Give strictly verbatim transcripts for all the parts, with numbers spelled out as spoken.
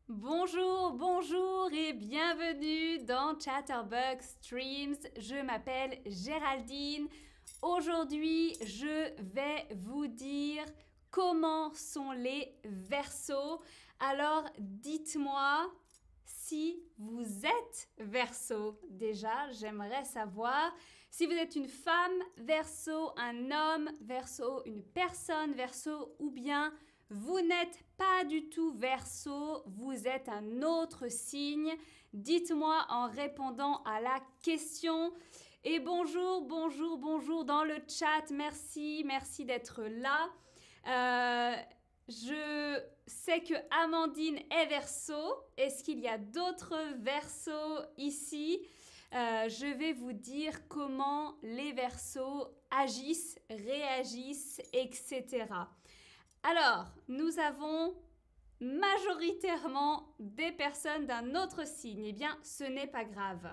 Bonjour, bonjour et bienvenue dans Chatterbug Streams. Je m'appelle Géraldine. Aujourd'hui, je vais vous dire comment sont les Verseaux. Alors, dites-moi si vous êtes Verseau. Déjà, j'aimerais savoir si vous êtes une femme Verseau, un homme Verseau, une personne Verseau ou bien vous n'êtes pas du tout Verseau, vous êtes un autre signe. Dites-moi en répondant à la question. Et bonjour, bonjour, bonjour dans le chat. Merci, merci d'être là. Euh, je sais que Amandine est Verseau. Est-ce qu'il y a d'autres Verseaux ici? Euh, je vais vous dire comment les Verseaux agissent, réagissent, et cetera. Alors, nous avons majoritairement des personnes d'un autre signe. Eh bien, ce n'est pas grave.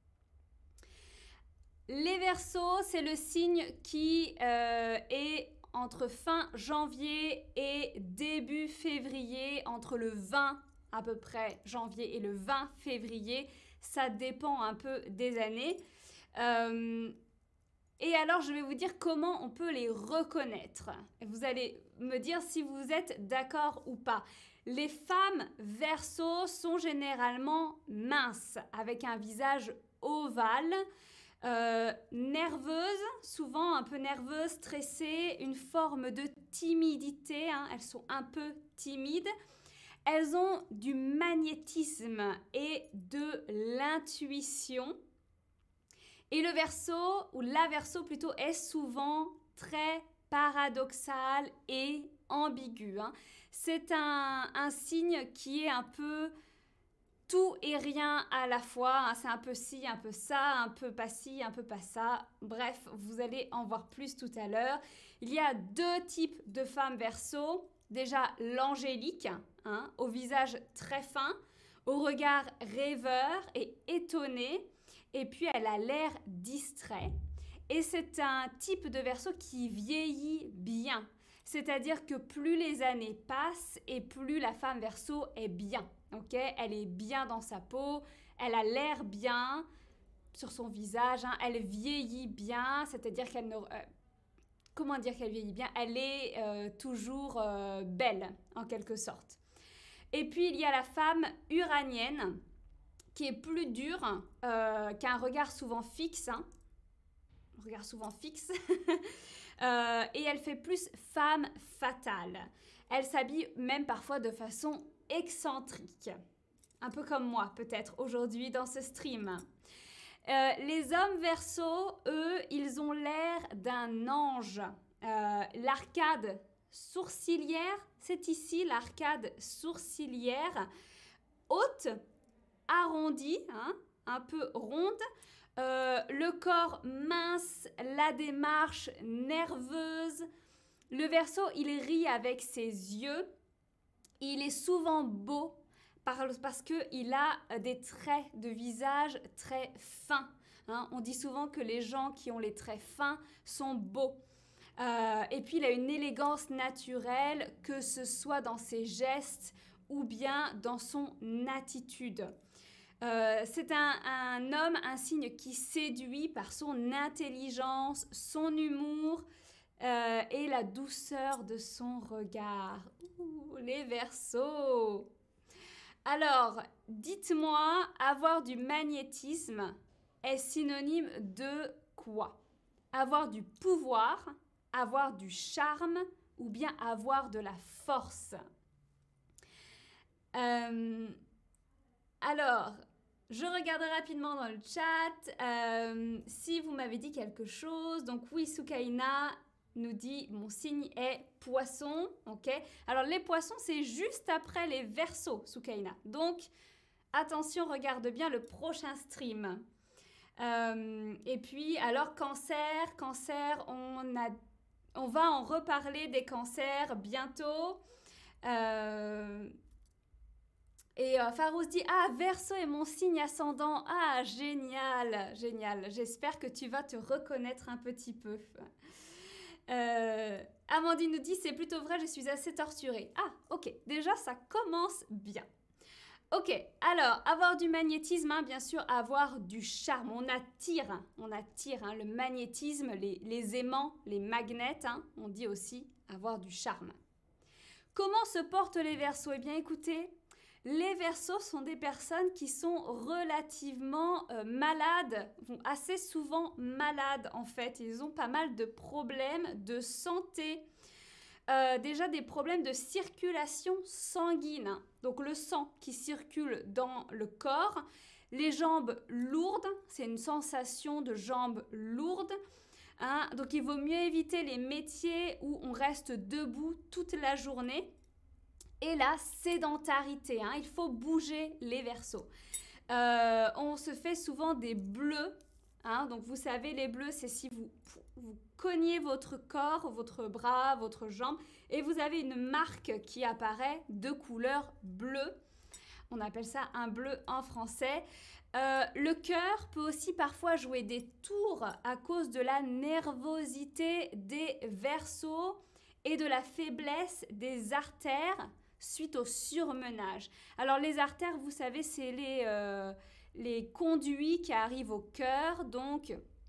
Les Verseaux, c'est le signe qui euh, est entre fin janvier et début février, entre le vingt à peu près janvier et le vingt février. Ça dépend un peu des années. Euh, Et alors, je vais vous dire comment on peut les reconnaître. Vous allez me dire si vous êtes d'accord ou pas. Les femmes Verseaux sont généralement minces, avec un visage ovale, euh, nerveuses, souvent un peu nerveuses, stressées, une forme de timidité. Hein, elles sont un peu timides. Elles ont du magnétisme et de l'intuition. Et le Verseau, ou la Verseau plutôt, est souvent très paradoxal et ambigu. Hein. C'est un, un signe qui est un peu tout et rien à la fois. Hein. C'est un peu ci, un peu ça, un peu pas ci, un peu pas ça. Bref, vous allez en voir plus tout à l'heure. Il y a deux types de femmes Verseau. Déjà l'angélique, hein, au visage très fin, au regard rêveur et étonné. Et puis, elle a l'air distrait. Et c'est un type de Verseau qui vieillit bien. C'est-à-dire que plus les années passent et plus la femme Verseau est bien. Okay, elle est bien dans sa peau, elle a l'air bien sur son visage, hein, elle vieillit bien, c'est-à-dire qu'elle ne... Euh, comment dire qu'elle vieillit bien? Elle est euh, toujours euh, belle, en quelque sorte. Et puis, il y a la femme uranienne, qui est plus dure, euh, qui a un regard souvent fixe, hein, un regard souvent fixe, euh, et elle fait plus femme fatale. Elle s'habille même parfois de façon excentrique, un peu comme moi peut-être aujourd'hui dans ce stream. Euh, les hommes Verseaux, eux, ils ont l'air d'un ange. Euh, l'arcade sourcilière, c'est ici l'arcade sourcilière, haute, arrondie, hein, un peu ronde, euh, le corps mince, la démarche nerveuse. Le Verseau, il rit avec ses yeux. Il est souvent beau parce qu'il a des traits de visage très fins. Hein. On dit souvent que les gens qui ont les traits fins sont beaux. Euh, et puis, il a une élégance naturelle, que ce soit dans ses gestes ou bien dans son attitude. Euh, c'est un, un homme, un signe qui séduit par son intelligence, son humour euh, et la douceur de son regard. Ouh, les Verseaux! Alors, dites-moi, avoir du magnétisme est synonyme de quoi? Avoir du pouvoir, avoir du charme ou bien avoir de la force? Euh, alors, je regarderai rapidement dans le chat euh, si vous m'avez dit quelque chose. Donc oui, Soukaina nous dit mon signe est poisson. Ok. Alors les poissons, c'est juste après les Verseaux, Soukaina. Donc attention, regarde bien le prochain stream. Euh, et puis alors cancer, cancer, on a, on va en reparler des cancers bientôt. Euh, Et euh, Farouz dit « Ah, Verseau est mon signe ascendant. Ah, génial, génial. J'espère que tu vas te reconnaître un petit peu. » euh, Amandine nous dit « C'est plutôt vrai, je suis assez torturée. » Ah, ok. Déjà, ça commence bien. Ok, alors, avoir du magnétisme, hein, bien sûr, avoir du charme. On attire, on attire hein, le magnétisme, les, les aimants, les magnets, hein, on dit aussi avoir du charme. Comment se portent les Verseaux? Eh bien, écoutez, les Verseaux sont des personnes qui sont relativement euh, malades, vont assez souvent malades en fait. Ils ont pas mal de problèmes de santé. Euh, déjà des problèmes de circulation sanguine, donc le sang qui circule dans le corps, les jambes lourdes, c'est une sensation de jambes lourdes, hein, donc il vaut mieux éviter les métiers où on reste debout toute la journée, et la sédentarité, hein, il faut bouger les Verseaux. Euh, on se fait souvent des bleus. Hein, donc vous savez, les bleus, c'est si vous, vous cognez votre corps, votre bras, votre jambe, et vous avez une marque qui apparaît de couleur bleue. On appelle ça un bleu en français. Euh, le cœur peut aussi parfois jouer des tours à cause de la nervosité des Verseaux et de la faiblesse des artères suite au surmenage. Alors les artères, vous savez, c'est les... Euh, les conduits qui arrivent au cœur. Donc,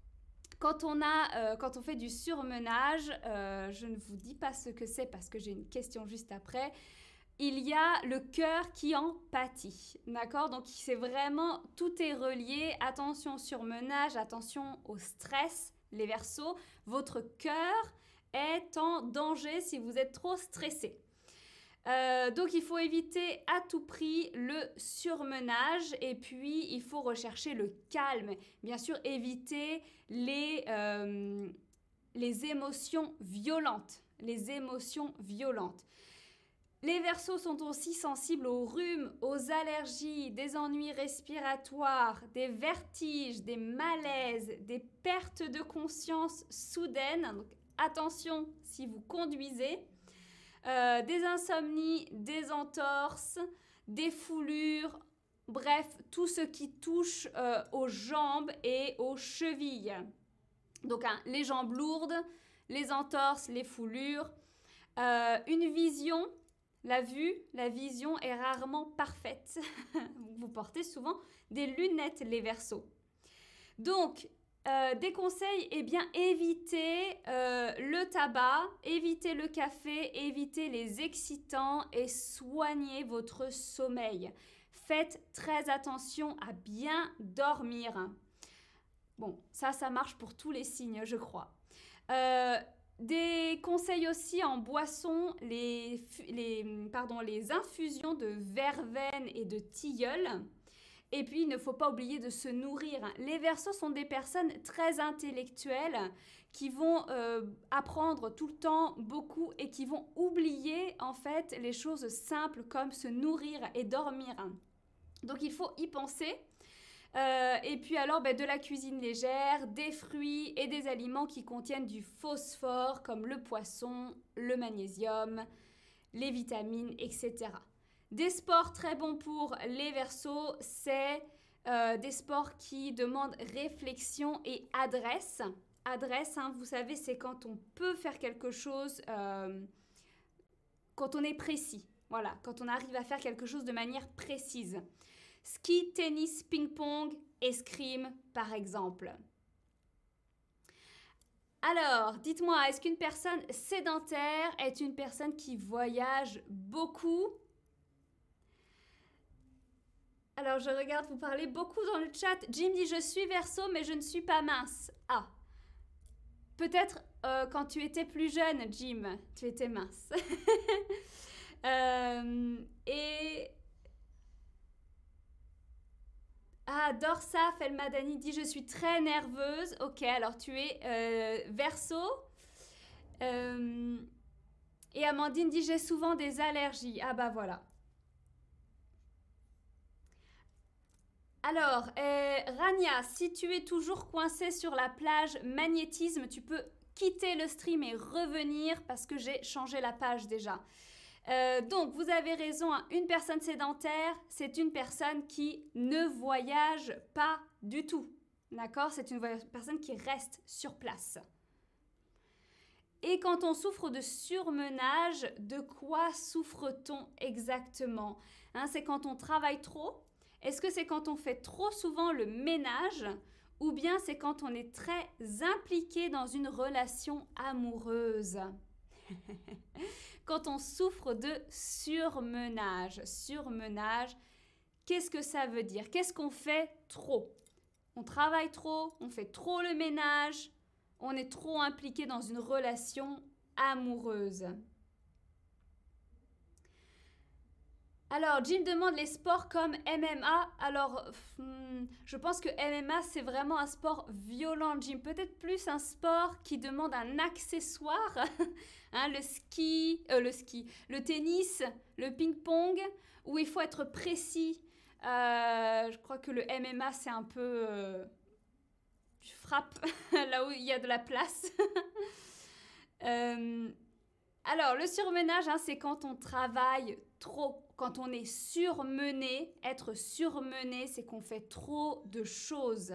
quand on, a, euh, quand on fait du surmenage, euh, je ne vous dis pas ce que c'est parce que j'ai une question juste après, il y a le cœur qui en pâtit, d'accord? Donc, c'est vraiment, tout est relié. Attention au surmenage, attention au stress, les Verseaux. Votre cœur est en danger si vous êtes trop stressé. Euh, donc il faut éviter à tout prix le surmenage et puis il faut rechercher le calme. Bien sûr, éviter les, euh, les émotions violentes. Les émotions violentes. Les Verseaux sont aussi sensibles aux rhumes, aux allergies, des ennuis respiratoires, des vertiges, des malaises, des pertes de conscience soudaines. Donc attention si vous conduisez. Euh, des insomnies, des entorses, des foulures, bref, tout ce qui touche euh, aux jambes et aux chevilles. Donc, hein, les jambes lourdes, les entorses, les foulures. Euh, une vision, la vue, la vision est rarement parfaite. Vous portez souvent des lunettes, les Verseaux. Donc, Euh, des conseils, eh bien, évitez euh, le tabac, évitez le café, évitez les excitants et soignez votre sommeil. Faites très attention à bien dormir. Bon, ça, ça marche pour tous les signes, je crois. Euh, des conseils aussi en boisson, les, les, pardon, les infusions de verveine et de tilleul. Et puis, il ne faut pas oublier de se nourrir. Les Verseaux sont des personnes très intellectuelles qui vont euh, apprendre tout le temps beaucoup et qui vont oublier en fait les choses simples comme se nourrir et dormir. Donc, il faut y penser. Euh, et puis alors, ben, de la cuisine légère, des fruits et des aliments qui contiennent du phosphore comme le poisson, le magnésium, les vitamines, et cetera. Des sports très bons pour les Verseaux, c'est euh, des sports qui demandent réflexion et adresse. Adresse, hein, vous savez, c'est quand on peut faire quelque chose, euh, quand on est précis. Voilà, quand on arrive à faire quelque chose de manière précise. Ski, tennis, ping-pong, escrime, par exemple. Alors, dites-moi, est-ce qu'une personne sédentaire est une personne qui voyage beaucoup ? Alors, je regarde, vous parlez beaucoup dans le chat. Jim dit, je suis Verseau, mais je ne suis pas mince. Ah, peut-être euh, quand tu étais plus jeune, Jim, tu étais mince. euh, et... Ah, Dorsaf El Madani dit, je suis très nerveuse. Ok, alors tu es euh, Verseau. Euh, et Amandine dit, j'ai souvent des allergies. Ah bah voilà. Alors, euh, Rania, si tu es toujours coincé sur la plage magnétisme, tu peux quitter le stream et revenir parce que j'ai changé la page déjà. Euh, donc, vous avez raison, hein, une personne sédentaire, c'est une personne qui ne voyage pas du tout. D'accord? C'est une personne qui reste sur place. Et quand on souffre de surmenage, de quoi souffre-t-on exactement? Hein, c'est quand on travaille trop? Est-ce que c'est quand on fait trop souvent le ménage? Ou bien c'est quand on est très impliqué dans une relation amoureuse? Quand on souffre de surmenage. Surmenage, qu'est-ce que ça veut dire? Qu'est-ce qu'on fait trop? On travaille trop, on fait trop le ménage, on est trop impliqué dans une relation amoureuse. Alors, Jim demande les sports comme M M A. Alors, hmm, je pense que M M A, c'est vraiment un sport violent, Jim. Peut-être plus un sport qui demande un accessoire. Hein, le ski, euh, le ski, le tennis, le ping-pong, où il faut être précis. Euh, je crois que le M M A, c'est un peu... Euh, tu frappes là où il y a de la place. euh, alors, le surmenage, hein, c'est quand on travaille trop, quand on est surmené. Être surmené, c'est qu'on fait trop de choses.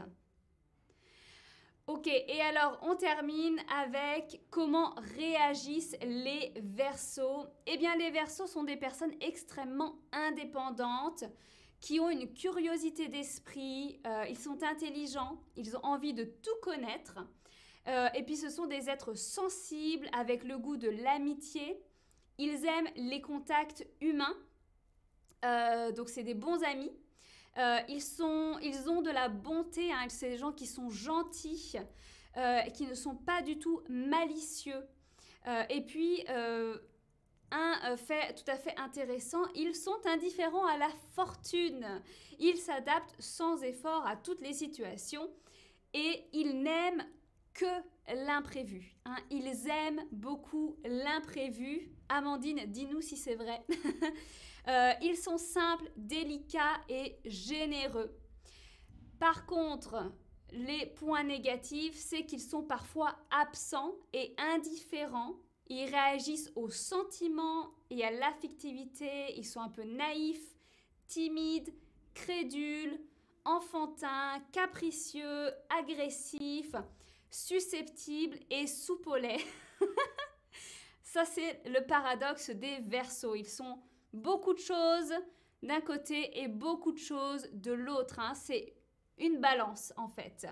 Ok, et alors on termine avec comment réagissent les Verseaux. Eh bien, les Verseaux sont des personnes extrêmement indépendantes, qui ont une curiosité d'esprit, euh, ils sont intelligents, ils ont envie de tout connaître. Euh, et puis ce sont des êtres sensibles avec le goût de l'amitié. Ils aiment les contacts humains, euh, donc c'est des bons amis. Euh, ils, sont, ils ont de la bonté, hein, c'est des gens qui sont gentils, euh, qui ne sont pas du tout malicieux. Euh, et puis, euh, un fait tout à fait intéressant, ils sont indifférents à la fortune. Ils s'adaptent sans effort à toutes les situations et ils n'aiment que l'imprévu. Hein. Ils aiment beaucoup l'imprévu. Amandine, dis-nous si c'est vrai. euh, ils sont simples, délicats et généreux. Par contre, les points négatifs, c'est qu'ils sont parfois absents et indifférents. Ils réagissent aux sentiments et à l'affectivité. Ils sont un peu naïfs, timides, crédules, enfantins, capricieux, agressifs, susceptibles et soupe au lait. Ça, c'est le paradoxe des Verseaux. Ils sont beaucoup de choses d'un côté et beaucoup de choses de l'autre. Hein. C'est une balance, en fait.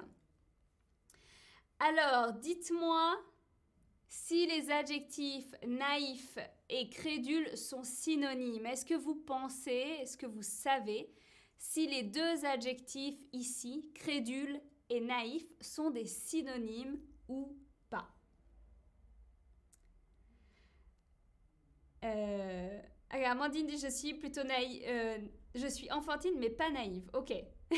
Alors, dites-moi si les adjectifs naïf et crédule sont synonymes. Est-ce que vous pensez, est-ce que vous savez si les deux adjectifs ici, crédule et naïf, sont des synonymes ou pas? euh, Amandine dit je suis plutôt naïve, euh, je suis enfantine mais pas naïve. Ok.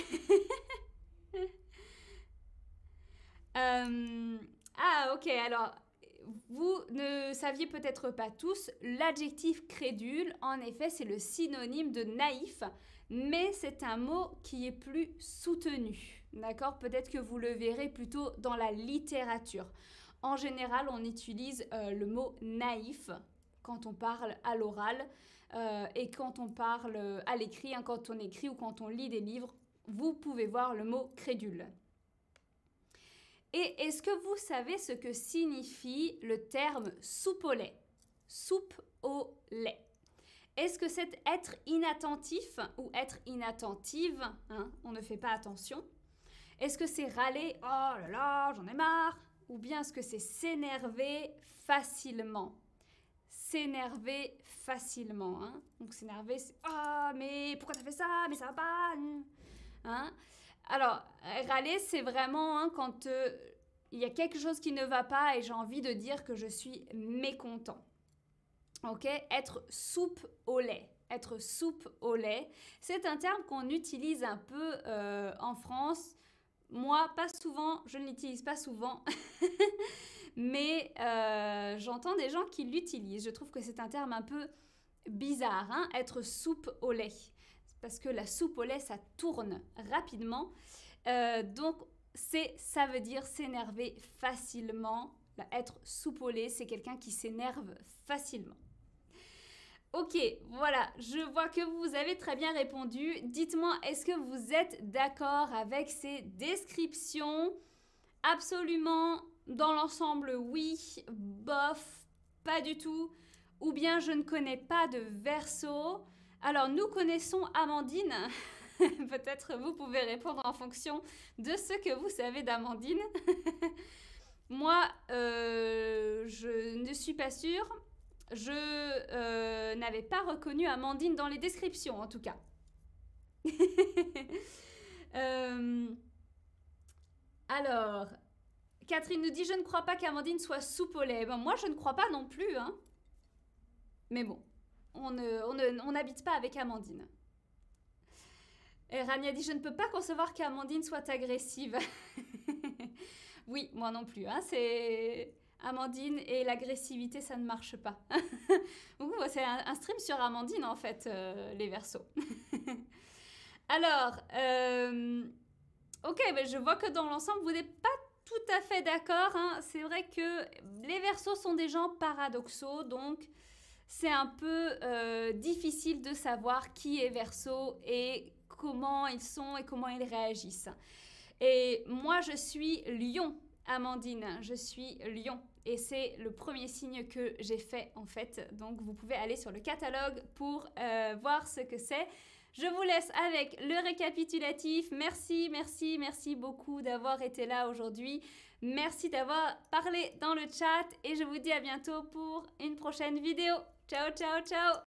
euh, ah ok, alors... Vous ne saviez peut-être pas tous, l'adjectif crédule, en effet, c'est le synonyme de naïf, mais c'est un mot qui est plus soutenu. D'accord? Peut-être que vous le verrez plutôt dans la littérature. En général, on utilise euh, le mot naïf quand on parle à l'oral euh, et quand on parle à l'écrit, hein, quand on écrit ou quand on lit des livres, vous pouvez voir le mot crédule. Et est-ce que vous savez ce que signifie le terme soupe au lait? Soupe au lait. Est-ce que c'est être inattentif ou être inattentive, hein? On ne fait pas attention. Est-ce que c'est râler? Oh là là, j'en ai marre. Ou bien est-ce que c'est s'énerver facilement? S'énerver facilement. Hein? Donc s'énerver, c'est « Ah, oh, mais pourquoi t'as fait ça? Mais ça va pas ?» hein? Alors, râler, c'est vraiment hein, quand euh, il y a quelque chose qui ne va pas et j'ai envie de dire que je suis mécontent. Ok? Être soupe au lait. Être soupe au lait, c'est un terme qu'on utilise un peu euh, en France. Moi, pas souvent, je ne l'utilise pas souvent, mais euh, j'entends des gens qui l'utilisent. Je trouve que c'est un terme un peu bizarre, hein? Être soupe au lait. Parce que la soupe au lait, ça tourne rapidement. Euh, donc, c'est, ça veut dire s'énerver facilement. Là, être soupe au lait, c'est quelqu'un qui s'énerve facilement. Ok, voilà, je vois que vous avez très bien répondu. Dites-moi, est-ce que vous êtes d'accord avec ces descriptions? Absolument dans l'ensemble, oui, bof, pas du tout. Ou bien je ne connais pas de Verseau. Alors, nous connaissons Amandine. Peut-être vous pouvez répondre en fonction de ce que vous savez d'Amandine. Moi, euh, je ne suis pas sûre. Je euh, n'avais pas reconnu Amandine dans les descriptions, en tout cas. euh, alors, Catherine nous dit « Je ne crois pas qu'Amandine soit soupe au lait. » Ben, moi, je ne crois pas non plus. Hein. Mais bon, on ne, on ne, on n'habite pas avec Amandine. Et Rania dit « Je ne peux pas concevoir qu'Amandine soit agressive. » Oui, moi non plus. Hein, c'est... Amandine et l'agressivité, ça ne marche pas. Ouh, c'est un, un stream sur Amandine, en fait, euh, les Verseaux. Alors, euh, ok, ben je vois que dans l'ensemble, vous n'êtes pas tout à fait d'accord. Hein. C'est vrai que les Verseaux sont des gens paradoxaux, donc c'est un peu euh, difficile de savoir qui est Verseau et comment ils sont et comment ils réagissent. Et moi, je suis Lion, Amandine, je suis Lion. Et c'est le premier signe que j'ai fait, en fait. Donc, vous pouvez aller sur le catalogue pour euh, voir ce que c'est. Je vous laisse avec le récapitulatif. Merci, merci, merci beaucoup d'avoir été là aujourd'hui. Merci d'avoir parlé dans le chat. Et je vous dis à bientôt pour une prochaine vidéo. Ciao, ciao, ciao!